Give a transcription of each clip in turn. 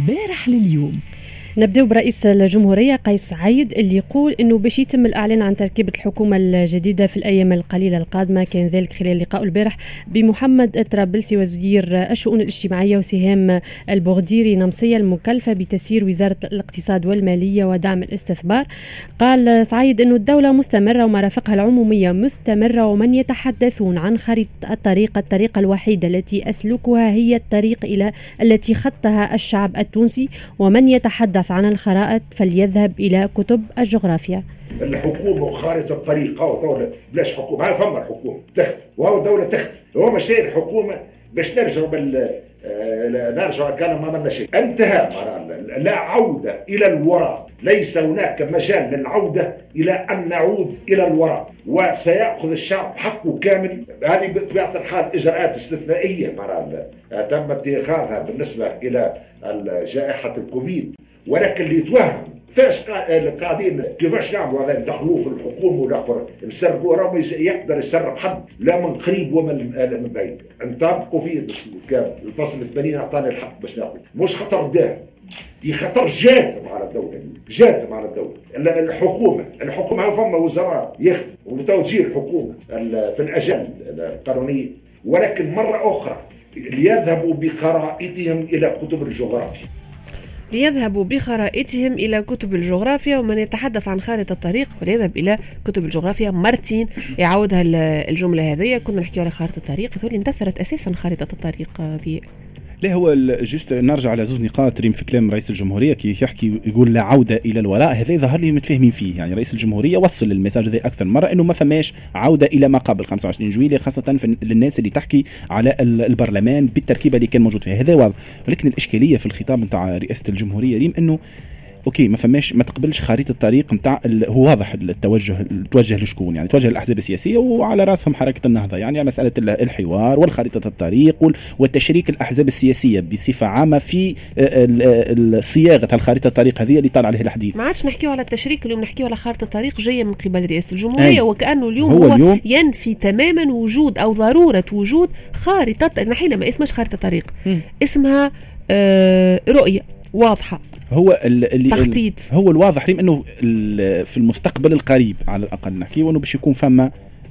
البارح لليوم. نبدأ برئيس الجمهورية قيس سعيد اللي يقول إنه باش يتم الإعلان عن تركيبة الحكومة الجديدة في الأيام القليلة القادمة. كان ذلك خلال لقاء البارح بمحمد الطرابلسي وزير الشؤون الاجتماعية وسهام البغديري نمسية المكلفة بتسيير وزارة الاقتصاد والمالية ودعم الاستثمار. قال سعيد إنه الدولة مستمرة ومرافقها العمومية مستمرة، ومن يتحدثون عن خريطة الطريقة الوحيدة التي أسلكها هي الطريق إلى التي خطها الشعب التونسي، ومن يتحدث عن الخرائط فليذهب إلى كتب الجغرافيا. الحكومة وخارطة الطريق أو دولة بلاش حكومة، هاي فما الحكومة تختي وهو دولة تختي، هو مش هي الحكومة باش نرجعوا نرجع كان ما عملنا شيء. انتهى لا عودة إلى الوراء، ليس هناك مجال للعودة إلى أن نعود إلى الوراء، وسيأخذ الشعب حقه كامل. هذه بطبيعة الحال إجراءات استثنائية تم اتخاذها بالنسبة إلى جائحة الكوفيد، ولكن اللي يتوهم فاش قاعدين كيفاش نعملوا هذا ندخلوه في الحكومه والاخر نسربوا راه يقدر يسرب حد لا من قريب ومن من بعيد. نطبقوا فيه الفصل 80 اعطاني الحق باش ناخذ، مش خطر داهم، دي خطر جاثم على الدوله، جاثم على الدوله. الحكومه فما وزراء يخدموا وتوجيه الحكومه في الاجال القانونيه، ولكن مره اخرى ليذهبوا بخرائطهم الى كتب الجغرافيا. ليذهبوا بخرائطهم إلى كتب الجغرافيا، ومن يتحدث عن خارطة الطريق فليذهب إلى كتب الجغرافيا. مرتين يعودها الجملة هذه. كنا نحكي على خارطة الطريق، يقول لي انتثرت أساسا خارطة الطريق ذي. لا هو جست نرجع على زوز نقاط ريم في كلام رئيس الجمهورية كي يحكي يقول لا عودة إلى الوراء. هذا يظهر لي متفاهمين فيه، يعني رئيس الجمهورية وصل المساج هذا أكثر مرة إنه ما فماش عودة إلى ما قبل 25 جويلية، خاصة للناس اللي تحكي على البرلمان بالتركيبة اللي كان موجود فيها. هذا واضح، ولكن الإشكالية في الخطاب نتاع رئاسة الجمهورية ريم إنه اوكي ما فماش، ما تقبلش خريطه الطريق نتاع هو واضح التوجه لشكون، يعني توجه الاحزاب السياسيه وعلى راسهم حركه النهضه، يعني مساله الحوار والخريطه الطريق والتشريك الاحزاب السياسيه بصفه عامه في صياغه الخريطه الطريق هذه اللي طال عليه الحديث. ما عادش نحكيو على التشريك، اليوم نحكيو على خارطه الطريق جايه من قبل رئاسه الجمهوريه، وكانه اليوم ينفي تماما وجود او ضروره وجود خارطه. حينما اسمها خارطه طريق اسمها رؤيه واضحة، هو تخطيط. هو الواضح ريم انه في المستقبل القريب على الاقل نحكي انه باش يكون فما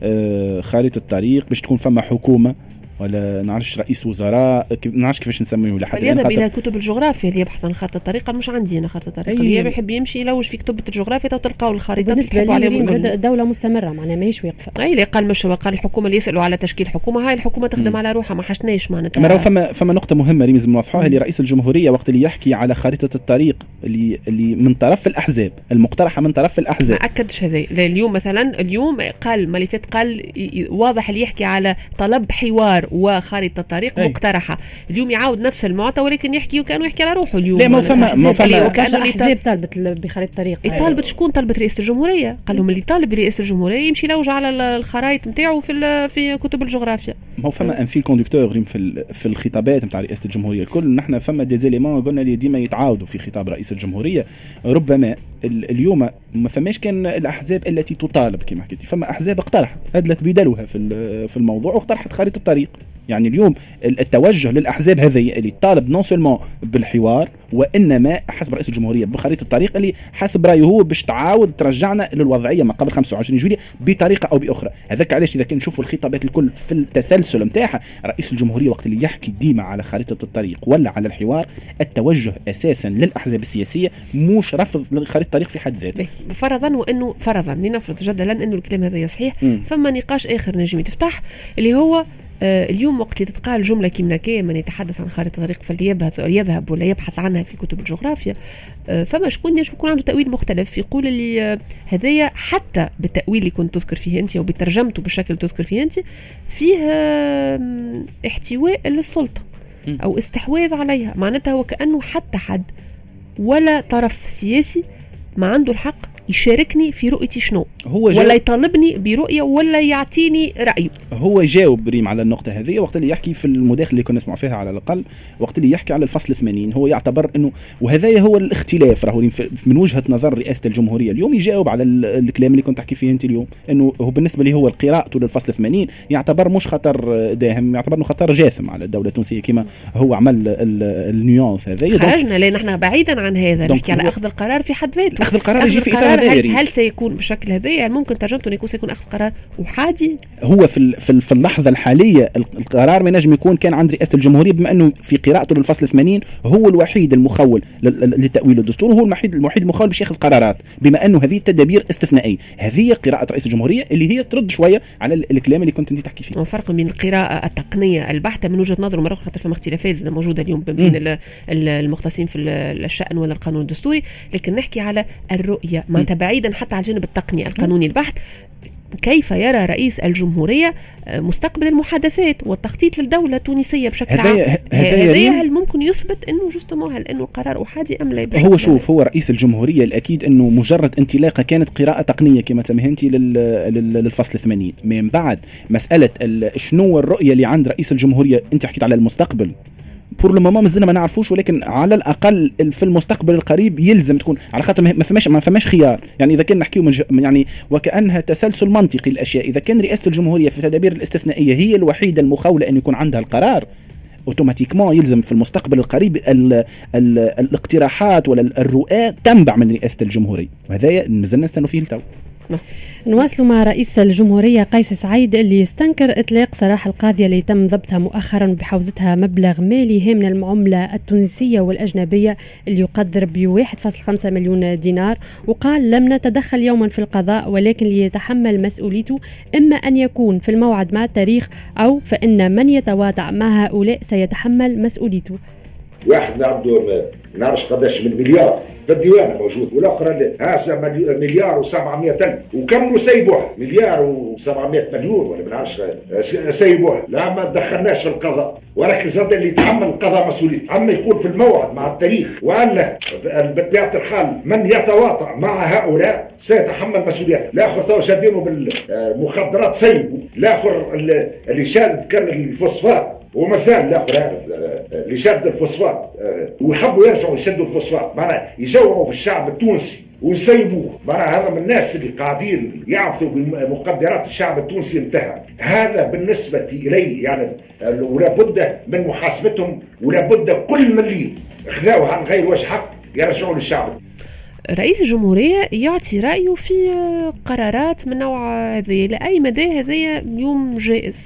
خارطة الطريق، باش تكون فما حكومة ولا نعرفش رئيس وزراء، نعرفش كيفاش نسميه لحد الان. يذهب الى كتب الجغرافيا اللي يبحث عن خارطه الطريق. مش عندي انا خارطه الطريق، اللي يحب يمشي يلوج في كتب الجغرافيا تلقاو الخريطه بالنسبه لي. الدوله مستمره معناها ماهيش واقفه. اي اللي قال مش قال الحكومه اللي يسالوا على تشكيل حكومه، هاي الحكومه تخدم على روحها، ما حشناش معناتها. فما نقطه مهمه لازم نوضحوها، اللي رئيس الجمهوريه وقت اللي يحكي على خارطه الطريق اللي من طرف الاحزاب المقترحه من طرف الاحزاب، ما اكدش هذا. اليوم مثلا اليوم قال ما اللي فات، قال واضح اللي يحكي على طلب حوار وخارطه طريق مقترحه. اليوم يعاود نفس المعطى ولكن يحكي وكانه يحكي على روحه. اليوم لا ما فما وكانه الاحزاب طالبت بخريطه الطريق. طالبت شكون؟ طالبت رئاسه الجمهوريه. قال لهم اللي طالب رئاسه الجمهوريه يمشي يلوج على الخرائط نتاعو في كتب الجغرافيا. ما فما ان فيل كوندكتور في الخطابات نتاع رئاسه الجمهوريه الكل. نحن فما دي زيليمون قلنا اللي ديما يتعاودوا في خطاب رئيس الجمهوريه. ربما اليوم ما فماش كان الاحزاب التي تطالب كما حكيتي، فما احزاب اقترحت ادلت بدلوها في الموضوع واقترحت خارطه الطريق. يعني اليوم التوجه للأحزاب هذه اللي طالب نون سولمون بالحوار، وإنما حسب رئيس الجمهورية بخريطة الطريق اللي حسب رأيه هو باش تعاود ترجعنا للوضعية ما قبل 25 جويلية بطريقة أو بأخرى. هذاك علاش إذا كان نشوفوا الخطابات الكل في التسلسل متاعها، رئيس الجمهورية وقت اللي يحكي ديما على خريطة الطريق ولا على الحوار، التوجه أساسا للأحزاب السياسية مش رفض لخريطة الطريق في حد ذاته. فرضا لنفرض جدلا أنه الكلام هذا صحيح، فما نقاش آخر نجم يتفتح اللي هو اليوم وقت اللي تتقال جملة كيمناكية من يتحدث عن خارطة الطريق فليذهب ولا يبحث عنها في كتب الجغرافيا، فما شكون يكون عنده تأويل مختلف يقول لي هذايا حتى بالتأويل اللي كنت تذكر فيه أنت أو بترجمته بالشكل تذكر فيه أنت فيه احتواء للسلطة أو استحواذ عليها. معناتها وكأنه حتى حد ولا طرف سياسي ما عنده الحق يشاركني في رؤيتي شنو، هو ولا يطالبني برؤية ولا يعطيني رأيه. هو جاوب ريم على النقطة هذه وقت اللي يحكي في المداخلة اللي كنا نسمع فيها على الأقل، وقت اللي يحكي على الفصل 80 هو يعتبر أنه، وهذا هو الاختلاف راهو من وجهة نظر رئاسة الجمهورية اليوم، يجاوب على الكلام اللي كنت تحكي فيه أنت اليوم، أنه هو بالنسبة لي هو قراءته للفصل 80 يعتبر مش خطر داهم، يعتبر أنه خطر جاثم على الدولة التونسية كما هو عمل النيونس هذا. خرجنا لأن احنا بعيدا عن هذا نحكي على أخذ القرار في حد ذاته. أخذ القرار يجي في إطار هذا، هل سيكون بشكل هذا؟ يعني ممكن ترجمته أن سيكون أخذ قرار أحادي. هو في اللحظة الحالية القرار ما نجم يكون كان عند رئاسة الجمهورية، بما أنه في قراءته للفصل 80 هو الوحيد المخول لتأويل الدستور، وهو الوحيد المخول باش ياخذ قرارات، بما أنه هذه تدابير استثنائية. هذه قراءة رئيس الجمهورية اللي هي ترد شوية على الكلام اللي كنت أنت تحكي فيه. فرق بين القراءة التقنية البحتة من وجهة نظر مرة خاطر فما اختلافات موجودة اليوم بين المختصين في الشأن ولا القانون الدستوري، لكن نحكي على الرؤية معناتها بعيدا حتى على الجانب التقني القانوني البحت. كيف يرى رئيس الجمهورية مستقبل المحادثات والتخطيط للدولة التونسية بشكل عام؟ هل ممكن يثبت أنه جستمو هل أنه القرار أحادي أم لا؟ هو شوف، هو رئيس الجمهورية الأكيد أنه مجرد انطلاقة كانت قراءة تقنية كما تمهنتي للفصل 80. من بعد مسألة شنو الرؤية اللي عند رئيس الجمهورية، أنت حكيت على المستقبل بور لو مومون مازلنا ما نعرفوش، ولكن على الاقل في المستقبل القريب يلزم تكون، على خاطر ما فماش خيار. يعني اذا كان نحكيو يعني وكانها تسلسل منطقي الاشياء، اذا كان رئاسه الجمهوريه في التدابير الاستثنائيه هي الوحيده المخوله ان يكون عندها القرار، اوتوماتيكمون يلزم في المستقبل القريب الاقتراحات ولا الرؤى تنبع من رئاسه الجمهوريه، وهذا مازلنا نستنوا فيه التو. نواصلوا مع رئيس الجمهورية قيس سعيد اللي يستنكر إطلاق سراح القاضية اللي تم ضبطها مؤخرا بحوزتها مبلغ مالي هام من العملة التونسية والأجنبية اللي يقدر ب1.5 مليون دينار، وقال لم نتدخل يوما في القضاء ولكن ليتحمل مسؤوليته، إما أن يكون في الموعد مع التاريخ أو فإن من يتواطأ مع هؤلاء سيتحمل مسؤوليته. واحد عنده ما نعرفش قداش من مليار في الديوان موجود، والاخرى مليار و700 ألف، وكملوا سيبوها مليار و700 مليون ولا ما نعرفش سيبوها. لا ما دخلناش في القضاء، ولكن زاد اللي يتحمل القضاء مسؤوليته، اما يكون في الموعد مع التاريخ ولا بطبيعه الحال من يتواطأ مع هؤلاء سيتحمل مسؤوليته. الاخر تو شادينه بالمخدرات سيبوا، الاخر اللي شاد كان الفوسفات ومازال الاخر اللي شاد الفوسفات ويحبوا يرجعوا يشدوا الفوسفات، معناها يجوعوا في الشعب التونسي ويسيبوه. معناها هذا من الناس اللي قاعدين يعرفوا بمقدرات الشعب التونسي انتهى. هذا بالنسبة إلي يعني ولا بد من محاسبتهم، ولا بد كل من اللي اخذوه عن غير وجه حق يرجعوا للشعب. رئيس الجمهورية يعطي رأيه في قرارات من نوع هذه، لأي مدى هذه اليوم جائز؟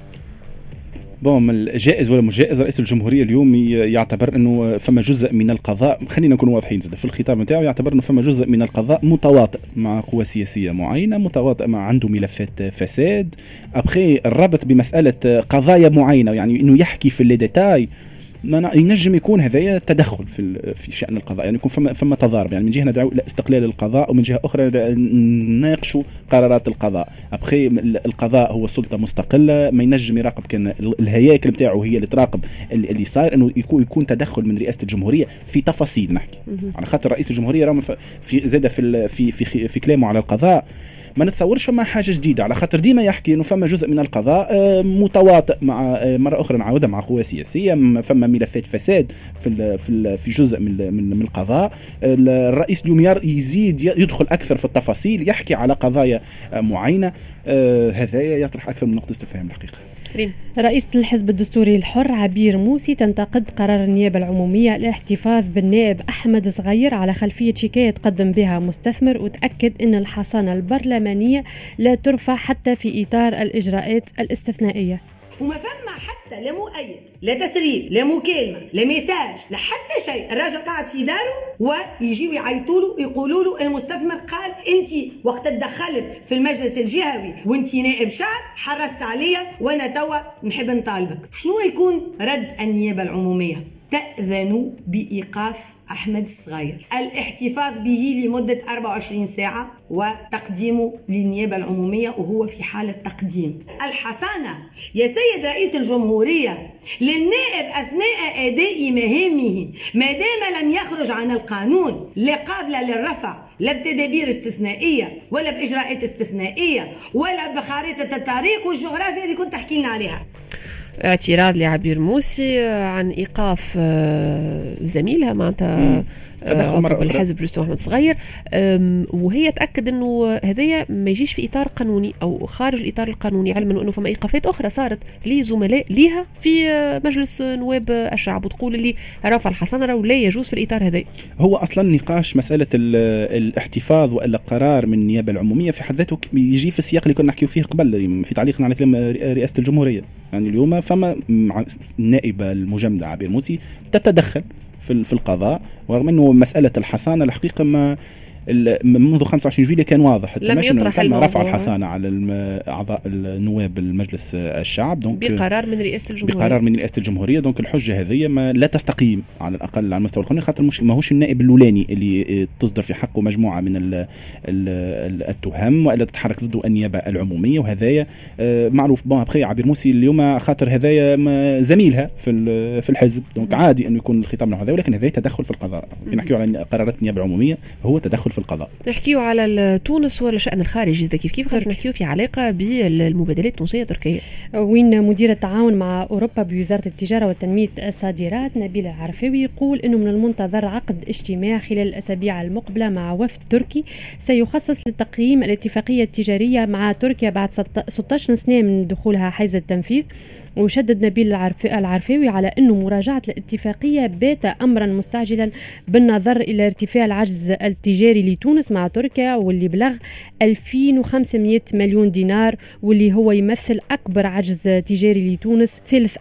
جائز ولا مش جائز، رئيس الجمهورية اليوم يعتبر أنه فما جزء من القضاء، خلينا نكون واضحين في الخطاب نتاعو، يعتبر أنه فما جزء من القضاء متواطئ مع قوى سياسية معينة، متواطئ مع عنده ملفات فساد، أبخي الربط بمسألة قضايا معينة، يعني أنه يحكي في الليديتاي ينجم يكون هذايا تدخل في شأن القضاء، يعني يكون فما تضارب، يعني من جهة ندعو إلى استقلال القضاء ومن جهة أخرى نناقشوا قرارات القضاء. أبخي القضاء هو سلطة مستقلة، ما ينجم يراقب، كان الهياكل بتاعه هي اللي تراقب اللي صاير، إنه يكون تدخل من رئاسة الجمهورية في تفاصيل نحكي على خاطر رئيس الجمهورية رغم في زاد في كلامه على القضاء ما نتصورش فما حاجة جديدة، على خاطر ديما يحكي انه فما جزء من القضاء متواطئ مع مرة اخرى نعاودها مع قوى سياسية، فما ملفات فساد في جزء من القضاء. الرئيس اليوم يزيد يدخل اكثر في التفاصيل، يحكي على قضايا معينة، هذا يطرح اكثر من نقطة استفهام الحقيقة. رئيسة الحزب الدستوري الحر عبير موسي تنتقد قرار النيابة العمومية الاحتفاظ بالنائب أحمد صغير على خلفية شكاية قدم بها مستثمر، وتأكد أن الحصانة البرلمانية لا ترفع حتى في إطار الإجراءات الاستثنائية. وما فما حتى لا مؤيد لا تسريب لا مكالمة لا ميساج لا حتى شيء. الراجل قاعد في داره ويجيو يعيطوا له يقولوا له المستثمر قال انت وقت تدخلت في المجلس الجهوي وانت نائب شعب حرصت عليا وانا توا نحب نطالبك. شنو يكون رد النيابة العمومية؟ تأذن بإيقاف أحمد الصغير، الاحتفاظ به لمدة 24 ساعة وتقديمه للنيابة العمومية وهو في حالة تقديم. الحصانة يا سيد رئيس الجمهورية للنائب أثناء أداء مهامه ما دام لم يخرج عن القانون لا قابلة للرفع لا بتدابير استثنائية ولا بإجراءات استثنائية ولا بخارطة التاريخ والجغرافيا اللي كنت تحكي لنا عليها. اعتراض لعبير موسي عن إيقاف زميلها معناتها عضو الحزب جوستو أحمد صغير، وهي تأكد أنه هذايا ما يجيش في إطار قانوني أو خارج الإطار القانوني، علما أنه فما إيقافات أخرى صارت لزملاء ليها في مجلس نواب الشعب، وتقول اللي رفع الحصانة لا يجوز في الإطار هذا. هو أصلا نقاش مسألة الاحتفاظ وإلا قرار من النيابة العمومية في حد ذاته يجي في السياق اللي كنا نحكيو فيه قبل في تعليقنا على كلام رئاسة الجمهورية. يعني اليوم فما النائبة المجمدة عبير موسي تتدخل في القضاء، ورغم انه مساله الحصانه الحقيقه ما منذ 25 جويلية كان واضح لم يطرح الموضوع، رفع الحصانه على اعضاء النواب المجلس الشعب بقرار من رئاسه الجمهوريه. دونك الحجه هذه ما لا تستقيم على الاقل على المستوى القانوني، خاطر ماهوش النائب الاولاني اللي تصدر في حقه مجموعه من التهم والا تتحرك ضده النيابه العموميه، وهذايا معروف. بخي عبير موسي اليوم خاطر هذايا زميلها في الحزب، دونك عادي انه يكون الخطاب هذا، ولكن هذا تدخل في القضاء. نحكيو على قرارات النيابه العموميه، هو تدخل في القضاء. نحكيو على تونس ولا الشأن الخارجي كيف خرج نحكيو في علاقة بالمبادلات التونسية التركية، وين مدير التعاون مع أوروبا بوزارة التجارة وتنمية الصادرات نبيل العرفاوي يقول إنه من المنتظر عقد اجتماع خلال الأسابيع المقبلة مع وفد تركي سيخصص لتقييم الاتفاقية التجارية مع تركيا بعد 16 سنة من دخولها حيز التنفيذ. وشدد نبيل العرفاوي على أنه مراجعة الاتفاقية بات أمرا مستعجلا بالنظر إلى ارتفاع العجز التجاري لتونس مع تركيا، واللي بلغ 2500 مليون دينار، واللي هو يمثل أكبر عجز تجاري لتونس، ثالث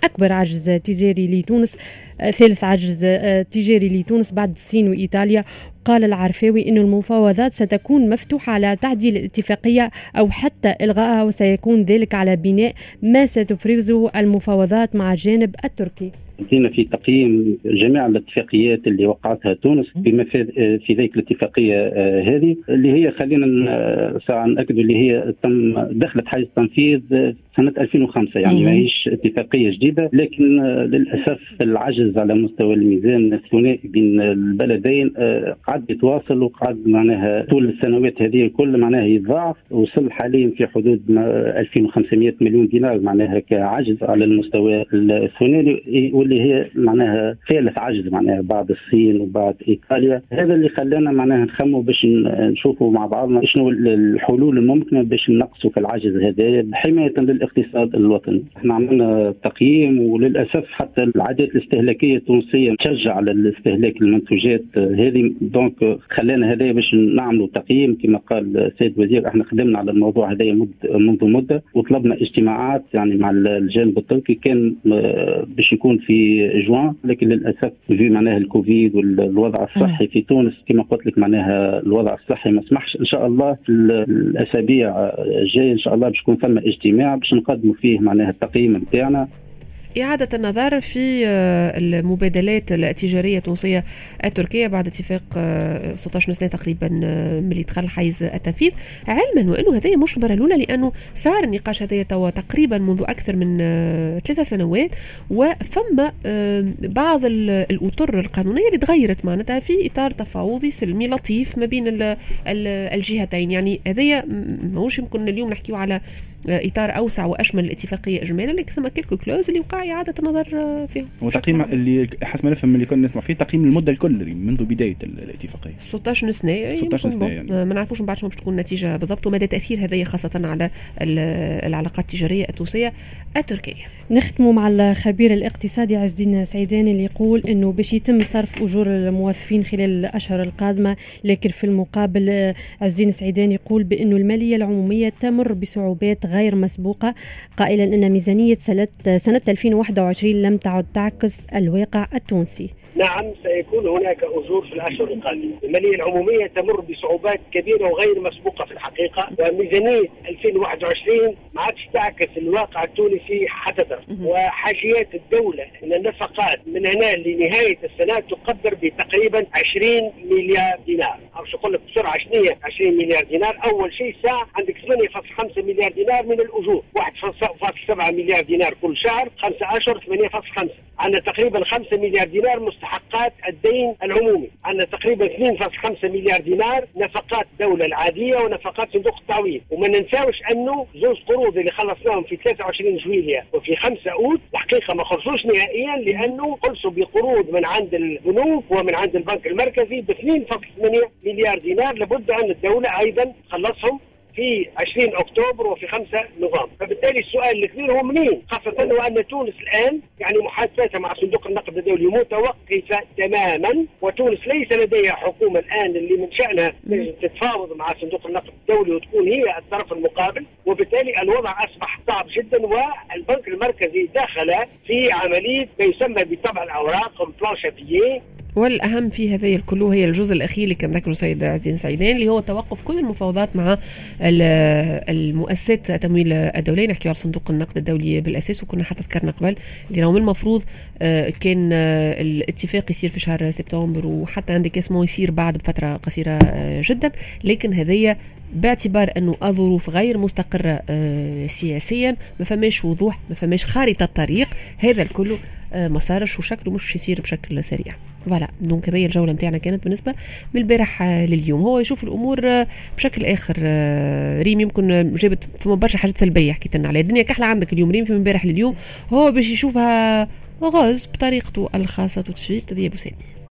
عجز تجاري لتونس بعد الصين وإيطاليا. قال العرفاوي أن المفاوضات ستكون مفتوحة على تعديل الاتفاقية أو حتى إلغائها، وسيكون ذلك على بناء ما ستفرزه المفاوضات مع الجانب التركي. بدينا في تقييم جميع الاتفاقيات اللي وقعتها تونس بما في ذيك الاتفاقية هذه اللي هي خلينا نأكد اللي هي دخلت حيز التنفيذ سنة 2005، يعني ما هيش اتفاقية جديدة، لكن للأسف العجز على مستوى الميزان الثنائي بين البلدين قاعد يتواصل، وقاعد معناها طول السنوات هذه كل معناها يتضاعف، وصل حاليا في حدود 2500 مليون دينار معناها كعجز على المستوى الثنائي، واللي هي معناها ثالث عجز معناها بعد الصين وبعد إيطاليا. هذا اللي خلانا معناها نخموا باش نشوفوا مع بعضنا شنو الحلول الممكنة باش نقصوا في العجز هذا حماية للاقتصاد الوطني. احنا عملنا تقييم، وللأسف حتى العادات الاستهلاكية التونسية تشجع على الاستهلاك المنتوجات هذه، دونك خلانا هذا باش نعملوا تقييم. كما قال السيد الوزير احنا خدمنا على الموضوع هذا منذ مدة، وطلبنا اجتماعات يعني مع الجانب التركي كان باش يكون في جوان، لكن للأسف في معناها الكوفيد والوضع الصحي في تونس كما قلت لك معناها الوضع الصحي ما سمحش. إن شاء الله في الأسابيع الجاية إن شاء الله باش يكون ثم اجتماع باش نقدموا فيه معناها التقييم نتاعنا. إعادة النظر في المبادلات التجارية التونسية التركية بعد اتفاق 16 سنة تقريبا ملي دخل حيز التنفيذ، علما وأنه هذه مش المرة الأولى، لأنه صار النقاش هذا تقريبا منذ أكثر من 3 سنوات، وفم بعض الأطر القانونية اللي تغيرت معناتها في إطار تفاوضي سلمي لطيف ما بين الجهتين. يعني هذه ماهوش يمكن اليوم نحكيو على إطار أوسع وأشمل الاتفاقية إجمالا، لكن ثم كلكو كلوز اللي وقع إعادة النظر فيهم. وتقييم اللي حسب ما نفهم اللي كنا نسمع فيه تقييم المدة الكل منذ بداية الاتفاقية 16 سنة. 16 سنة يعني. ما نعرفوش من بعد شنو باش تكون النتيجة بالضبط، ومدى تأثير هذه خاصة على العلاقات التجارية التونسية التركية. نختموا مع الخبير الاقتصادي عز الدين سعيداني اللي يقول انه باش يتم صرف اجور الموظفين خلال الاشهر القادمه، لكن في المقابل عز الدين سعيداني يقول بانه الماليه العموميه تمر بصعوبات غير مسبوقه، قائلا ان ميزانيه سنه 2021 لم تعد تعكس الواقع التونسي. نعم سيكون هناك أجور في الأشهر القادمة. المالية العمومية تمر بصعوبات كبيرة وغير مسبوقة في الحقيقة، وميزانية 2021 ما عادش تعكس الواقع التونسي حتى، وحاجيات الدولة من النفقات من هنا لنهاية السنة تقدر بتقريبا 20 مليار دينار. باش نقول لك بسرعه شنو هي 20 مليار دينار. اول شيء ساعه عندك 8.5 مليار دينار من الاجور، 1.7 مليار دينار كل شهر، 5 اشهر 8.5. عندنا تقريبا 5 مليار دينار مستحقات الدين العمومي، عندنا تقريبا 2.5 مليار دينار نفقات الدولة العادية ونفقات صندوق التعويض. وما ننساوش انه زوج قروض اللي خلصناهم في 23 جويلية وفي 5 أوت الحقيقة ما خلصوش نهائيا، لانه خلصوا بقروض من عند البنوك ومن عند البنك المركزي ب 2.8 مليار دينار، لابد ان الدولة ايضا تخلصهم في 20 أكتوبر وفي 5 نوفمبر. فبالتالي السؤال الكبير هو منين، خاصة وأن تونس الآن يعني محادثاتها مع صندوق النقد الدولي متوقفة تماما، وتونس ليس لديها حكومة الآن اللي من شأنها تتفاوض مع صندوق النقد الدولي وتكون هي الطرف المقابل، وبالتالي الوضع أصبح صعب جدا. والبنك المركزي دخل في عملية ما يسمى بطبع الأوراق البلان شابيي. والأهم في هذا الكل هي الجزء الأخير اللي كان ذكره سيد عزين سعيدان، اللي هو توقف كل المفاوضات مع المؤسسات التمويل الدولية، نحكي على صندوق النقد الدولي بالأساس. وكنا حتى ذكرنا قبل اللي راهو من المفروض كان الاتفاق يصير في شهر سبتمبر، وحتى عندك اسمه يصير بعد بفترة قصيرة جدا، لكن هذه باعتبار أنه الظروف غير مستقرة سياسيا، ما فماش وضوح، ما فماش خارطة طريق، هذا الكل ما صارش وشكله مش يصير بشكل سريع. فوالا دونك هذه الجولة متاعنا كانت بالنسبة من البارح لليوم. هو يشوف الأمور بشكل آخر. ريم يمكن جابت فما برشا حاجات سلبية حكيت لنا عليها، الدنيا كحلة عندك اليوم ريم في من البارح لليوم، هو باش يشوفها غاز بطريقته الخاصة. تسويت ذي أبو سامي.